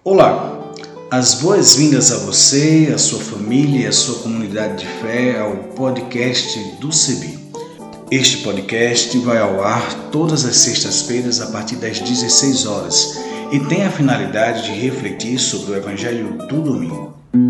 Olá, as boas-vindas a você, a sua família e a sua comunidade de fé ao podcast do CEBI. Este podcast vai ao ar todas as sextas-feiras a partir das 16 horas e tem a finalidade de refletir sobre o Evangelho do domingo.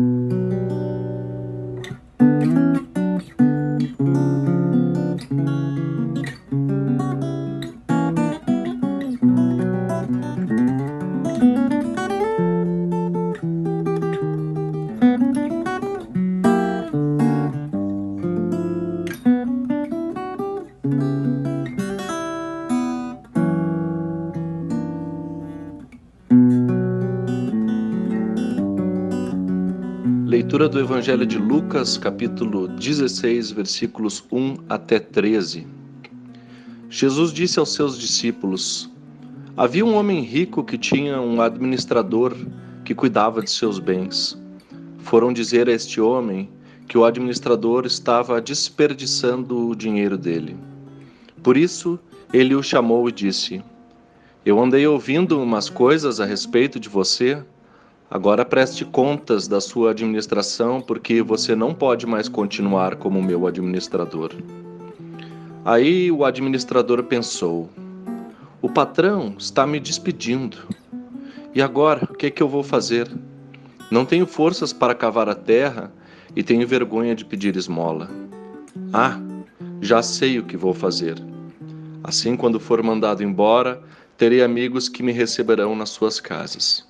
Leitura do Evangelho de Lucas, capítulo 16, versículos 1 até 13. Jesus disse aos seus discípulos: Havia um homem rico que tinha um administrador que cuidava de seus bens. Foram dizer a este homem que o administrador estava desperdiçando o dinheiro dele. Por isso, ele o chamou e disse: Eu andei ouvindo umas coisas a respeito de você. Agora preste contas da sua administração, porque você não pode mais continuar como meu administrador. Aí o administrador pensou: o patrão está me despedindo. E agora, o que é que eu vou fazer? Não tenho forças para cavar a terra e tenho vergonha de pedir esmola. Ah, já sei o que vou fazer. Assim, quando for mandado embora, terei amigos que me receberão nas suas casas.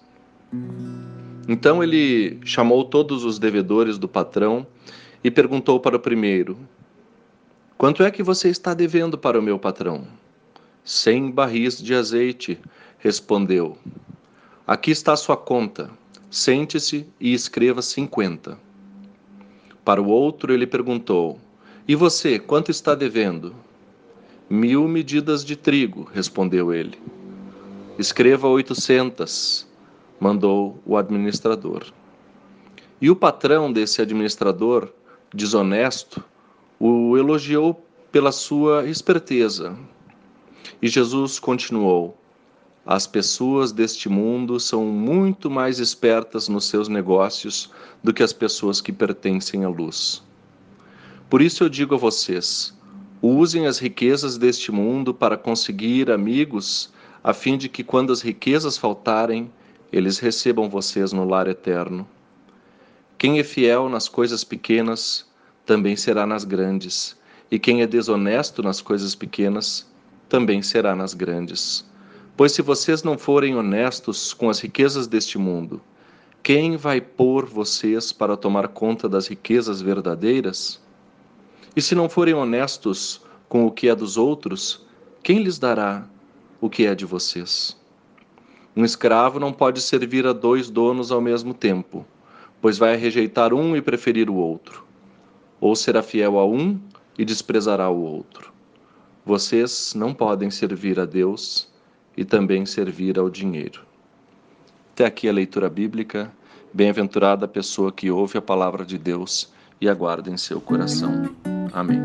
Então ele chamou todos os devedores do patrão e perguntou para o primeiro: Quanto é que você está devendo para o meu patrão? 100 barris de azeite, respondeu. Aqui está a sua conta. Sente-se e escreva 50. Para o outro ele perguntou: E você, quanto está devendo? 1000 medidas de trigo, respondeu ele. Escreva 800. Mandou o administrador. E o patrão desse administrador, desonesto, o elogiou pela sua esperteza. E Jesus continuou: As pessoas deste mundo são muito mais espertas nos seus negócios do que as pessoas que pertencem à luz. Por isso eu digo a vocês: usem as riquezas deste mundo para conseguir amigos, a fim de que quando as riquezas faltarem, eles recebam vocês no lar eterno. Quem é fiel nas coisas pequenas, também será nas grandes. E quem é desonesto nas coisas pequenas, também será nas grandes. Pois se vocês não forem honestos com as riquezas deste mundo, quem vai pôr vocês para tomar conta das riquezas verdadeiras? E se não forem honestos com o que é dos outros, quem lhes dará o que é de vocês? Um escravo não pode servir a 2 donos ao mesmo tempo, pois vai rejeitar um e preferir o outro. Ou será fiel a um e desprezará o outro. Vocês não podem servir a Deus e também servir ao dinheiro. Até aqui a leitura bíblica. Bem-aventurada a pessoa que ouve a palavra de Deus e aguarda em seu coração. Amém.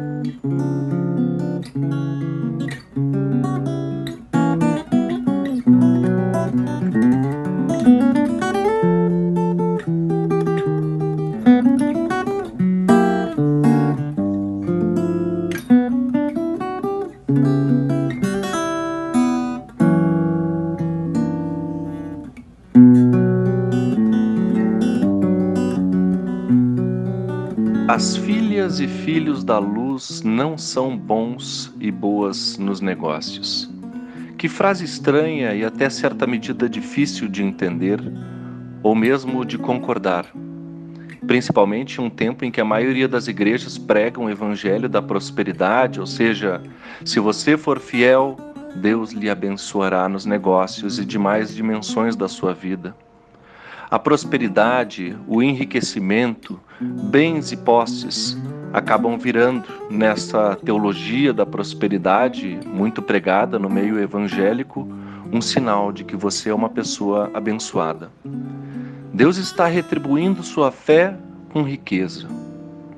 As filhas e filhos da luz não são bons e boas nos negócios. Que frase estranha e até certa medida difícil de entender, ou mesmo de concordar. Principalmente em um tempo em que a maioria das igrejas pregam o evangelho da prosperidade, ou seja, se você for fiel, Deus lhe abençoará nos negócios e demais dimensões da sua vida. A prosperidade, o enriquecimento, bens e posses acabam virando, nessa teologia da prosperidade muito pregada no meio evangélico, um sinal de que você é uma pessoa abençoada. Deus está retribuindo sua fé com riqueza.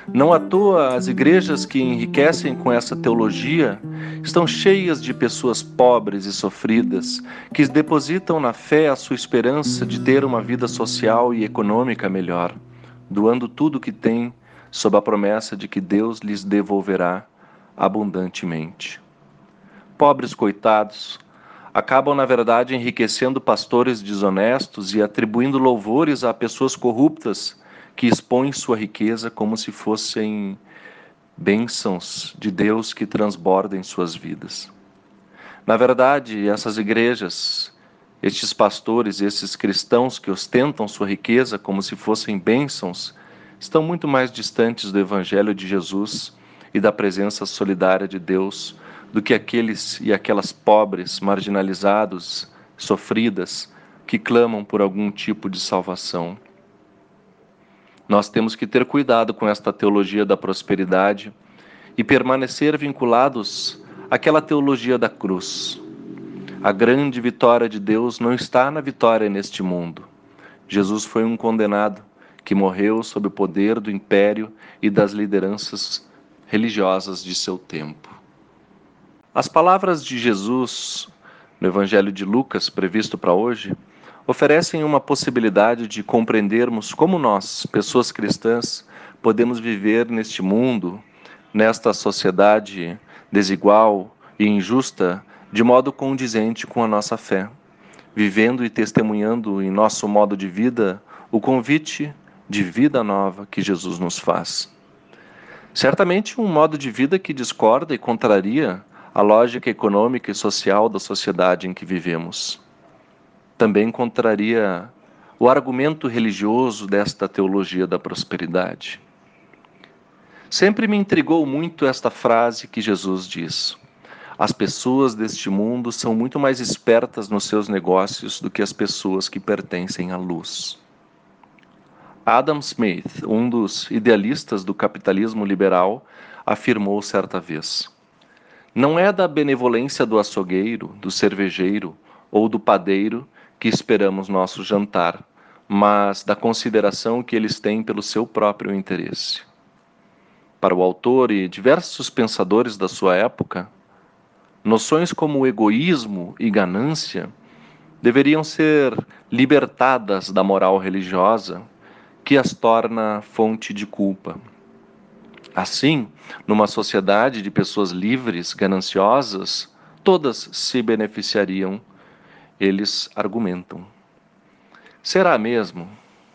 Não à toa, as igrejas que enriquecem com essa teologia estão cheias de pessoas pobres e sofridas que depositam na fé a sua esperança de ter uma vida social e econômica melhor, doando tudo o que têm sob a promessa de que Deus lhes devolverá abundantemente. Pobres coitados acabam, na verdade, enriquecendo pastores desonestos e atribuindo louvores a pessoas corruptas que expõem sua riqueza como se fossem bênçãos de Deus que transbordam em suas vidas. Na verdade, essas igrejas, estes pastores, esses cristãos que ostentam sua riqueza como se fossem bênçãos, estão muito mais distantes do Evangelho de Jesus e da presença solidária de Deus do que aqueles e aquelas pobres, marginalizados, sofridas, que clamam por algum tipo de salvação. Nós temos que ter cuidado com esta teologia da prosperidade e permanecer vinculados àquela teologia da cruz. A grande vitória de Deus não está na vitória neste mundo. Jesus foi um condenado que morreu sob o poder do império e das lideranças religiosas de seu tempo. As palavras de Jesus no Evangelho de Lucas, previsto para hoje, oferecem uma possibilidade de compreendermos como nós, pessoas cristãs, podemos viver neste mundo, nesta sociedade desigual e injusta, de modo condizente com a nossa fé, vivendo e testemunhando em nosso modo de vida o convite de vida nova que Jesus nos faz. Certamente um modo de vida que discorda e contraria a lógica econômica e social da sociedade em que vivemos. Também contraria o argumento religioso desta teologia da prosperidade. Sempre me intrigou muito esta frase que Jesus diz: as pessoas deste mundo são muito mais espertas nos seus negócios do que as pessoas que pertencem à luz. Adam Smith, um dos idealistas do capitalismo liberal, afirmou certa vez: não é da benevolência do açougueiro, do cervejeiro ou do padeiro que esperamos nosso jantar, mas da consideração que eles têm pelo seu próprio interesse. Para o autor e diversos pensadores da sua época, noções como egoísmo e ganância deveriam ser libertadas da moral religiosa que as torna fonte de culpa. Assim, numa sociedade de pessoas livres, gananciosas, todas se beneficiariam, eles argumentam. Será mesmo?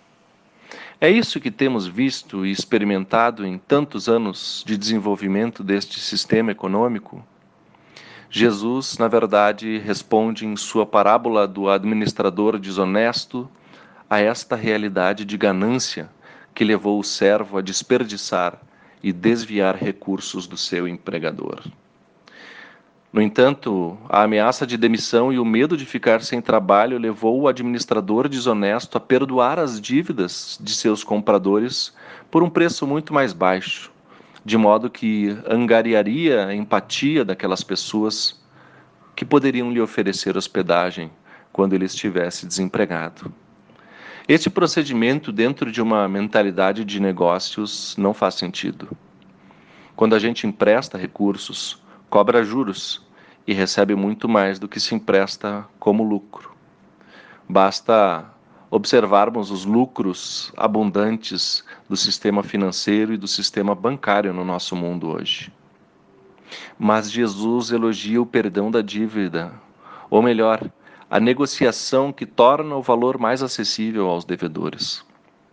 É isso que temos visto e experimentado em tantos anos de desenvolvimento deste sistema econômico? Jesus, na verdade, responde em sua parábola do administrador desonesto a esta realidade de ganância que levou o servo a desperdiçar e desviar recursos do seu empregador. No entanto, a ameaça de demissão e o medo de ficar sem trabalho levou o administrador desonesto a perdoar as dívidas de seus compradores por um preço muito mais baixo, de modo que angariaria a empatia daquelas pessoas que poderiam lhe oferecer hospedagem quando ele estivesse desempregado. Este procedimento, dentro de uma mentalidade de negócios, não faz sentido. Quando a gente empresta recursos, cobra juros e recebe muito mais do que se empresta como lucro. Basta observarmos os lucros abundantes do sistema financeiro e do sistema bancário no nosso mundo hoje. Mas Jesus elogia o perdão da dívida, ou melhor, a negociação que torna o valor mais acessível aos devedores.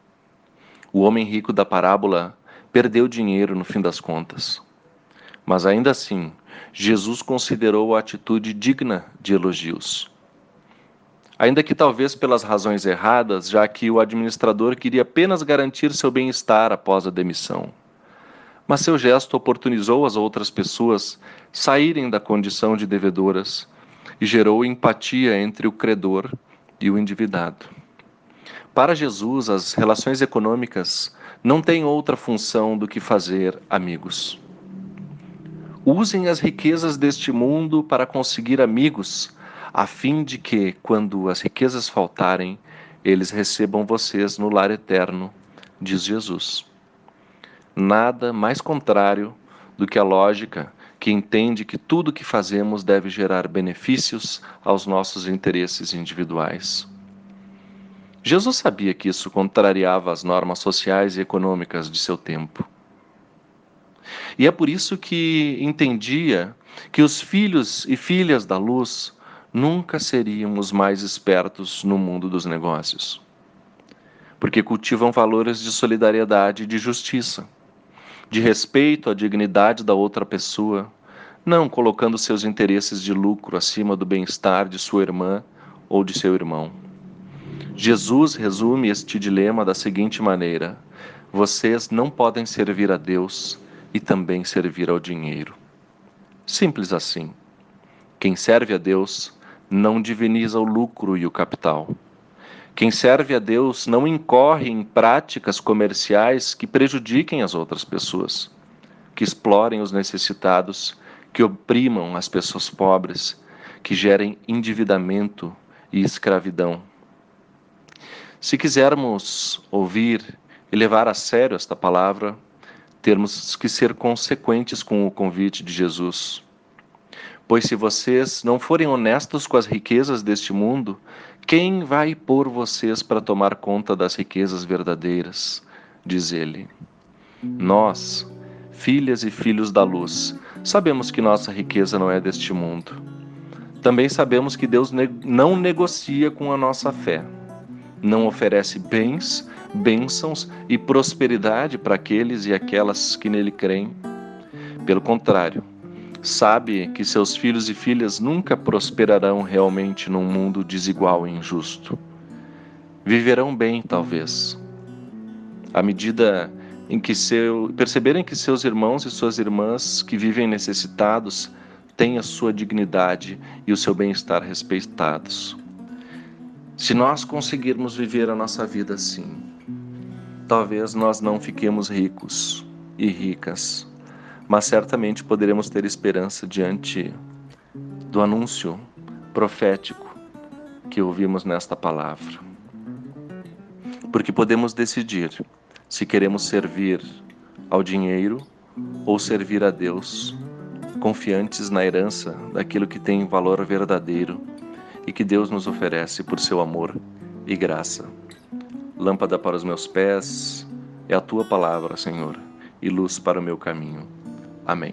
O homem rico da parábola perdeu dinheiro no fim das contas. Mas ainda assim, Jesus considerou a atitude digna de elogios. Ainda que talvez pelas razões erradas, já que o administrador queria apenas garantir seu bem-estar após a demissão. Mas seu gesto oportunizou as outras pessoas saírem da condição de devedoras e gerou empatia entre o credor e o endividado. Para Jesus, as relações econômicas não têm outra função do que fazer amigos. Usem as riquezas deste mundo para conseguir amigos, a fim de que, quando as riquezas faltarem, eles recebam vocês no lar eterno, diz Jesus. Nada mais contrário do que a lógica que entende que tudo que fazemos deve gerar benefícios aos nossos interesses individuais. Jesus sabia que isso contrariava as normas sociais e econômicas de seu tempo. E é por isso que entendia que os filhos e filhas da luz nunca seriam os mais espertos no mundo dos negócios, porque cultivam valores de solidariedade e de justiça, de respeito à dignidade da outra pessoa, não colocando seus interesses de lucro acima do bem-estar de sua irmã ou de seu irmão. Jesus resume este dilema da seguinte maneira: vocês não podem servir a Deus e também servir ao dinheiro. Simples assim. Quem serve a Deus não diviniza o lucro e o capital. Quem serve a Deus não incorre em práticas comerciais que prejudiquem as outras pessoas, que explorem os necessitados, que oprimam as pessoas pobres, que gerem endividamento e escravidão. Se quisermos ouvir e levar a sério esta palavra, temos que ser consequentes com o convite de Jesus. Pois se vocês não forem honestos com as riquezas deste mundo, quem vai pôr vocês para tomar conta das riquezas verdadeiras? Diz ele. Nós, filhas e filhos da luz, sabemos que nossa riqueza não é deste mundo. Também sabemos que Deus não negocia com a nossa fé. Não oferece bens, bênçãos e prosperidade para aqueles e aquelas que nele creem. Pelo contrário, sabe que seus filhos e filhas nunca prosperarão realmente num mundo desigual e injusto. Viverão bem, talvez, à medida em que perceberem que seus irmãos e suas irmãs que vivem necessitados têm a sua dignidade e o seu bem-estar respeitados. Se nós conseguirmos viver a nossa vida assim, talvez nós não fiquemos ricos e ricas, mas certamente poderemos ter esperança diante do anúncio profético que ouvimos nesta palavra. Porque podemos decidir se queremos servir ao dinheiro ou servir a Deus, confiantes na herança daquilo que tem valor verdadeiro e que Deus nos oferece por seu amor e graça. Lâmpada para os meus pés é a tua palavra, Senhor, e luz para o meu caminho. Amém.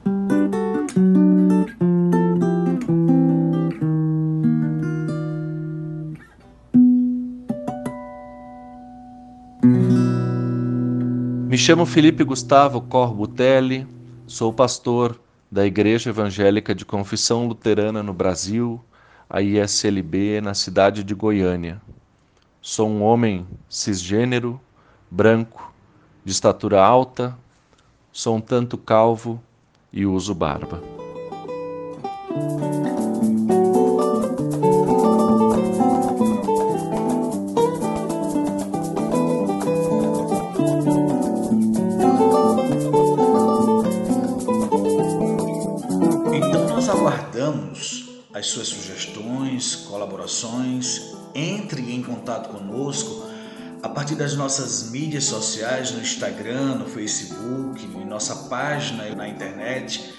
Me chamo Felipe Gustavo Corbutelli, sou pastor da Igreja Evangélica de Confissão Luterana no Brasil, a ISLB, na cidade de Goiânia. Sou um homem cisgênero, branco, de estatura alta, sou um tanto calvo e uso barba. Então nós aguardamos as suas sugestões, colaborações. Entre em contato conosco a partir das nossas mídias sociais, no Instagram, no Facebook, em nossa página na internet,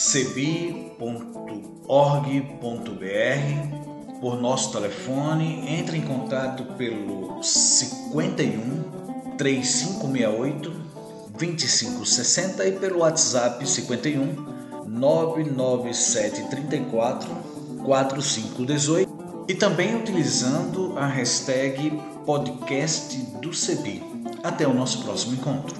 cebi.org.br, por nosso telefone. Entre em contato pelo 51 3568 2560 e pelo WhatsApp 51 99734 4518 e também utilizando a hashtag podcast do CEBI. Até o nosso próximo encontro.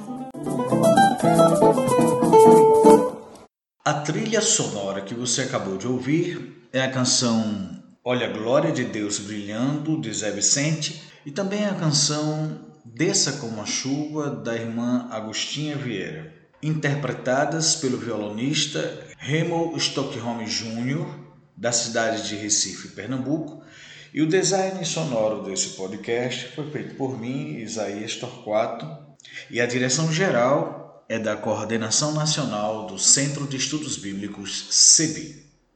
A trilha sonora que você acabou de ouvir é a canção Olha a Glória de Deus Brilhando, de Zé Vicente, e também a canção Desça como a Chuva, da irmã Agostinha Vieira, interpretadas pelo violonista Remo Stockholm Jr., da cidade de Recife, Pernambuco, e o design sonoro desse podcast foi feito por mim, Isaías Torquato, e a direção geral é da Coordenação Nacional do Centro de Estudos Bíblicos, CEBI.